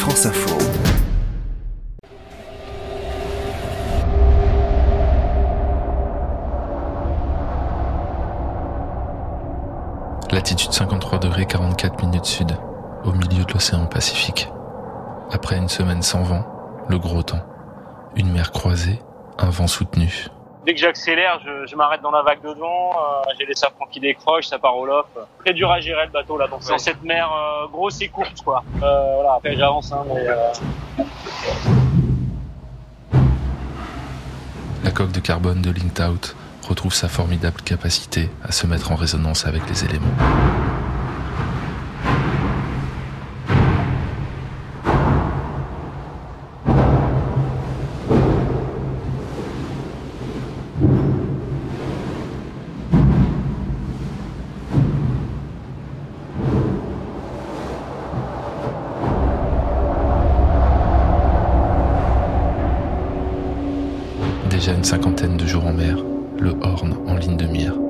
France Info. Latitude 53 degrés 44 minutes sud, au milieu de l'océan Pacifique. Après une semaine sans vent, le gros temps. Une mer croisée, un vent soutenu. Dès que j'accélère, je m'arrête dans la vague de devant, j'ai les safrans qui décrochent, ça part au lof. Très dur à gérer le bateau là, donc c'est dans cette mer grosse et courte quoi. Voilà, après j'avance mais La coque de carbone de Linked Out retrouve sa formidable capacité à se mettre en résonance avec les éléments. Déjà une cinquantaine de jours en mer, le Horn en ligne de mire.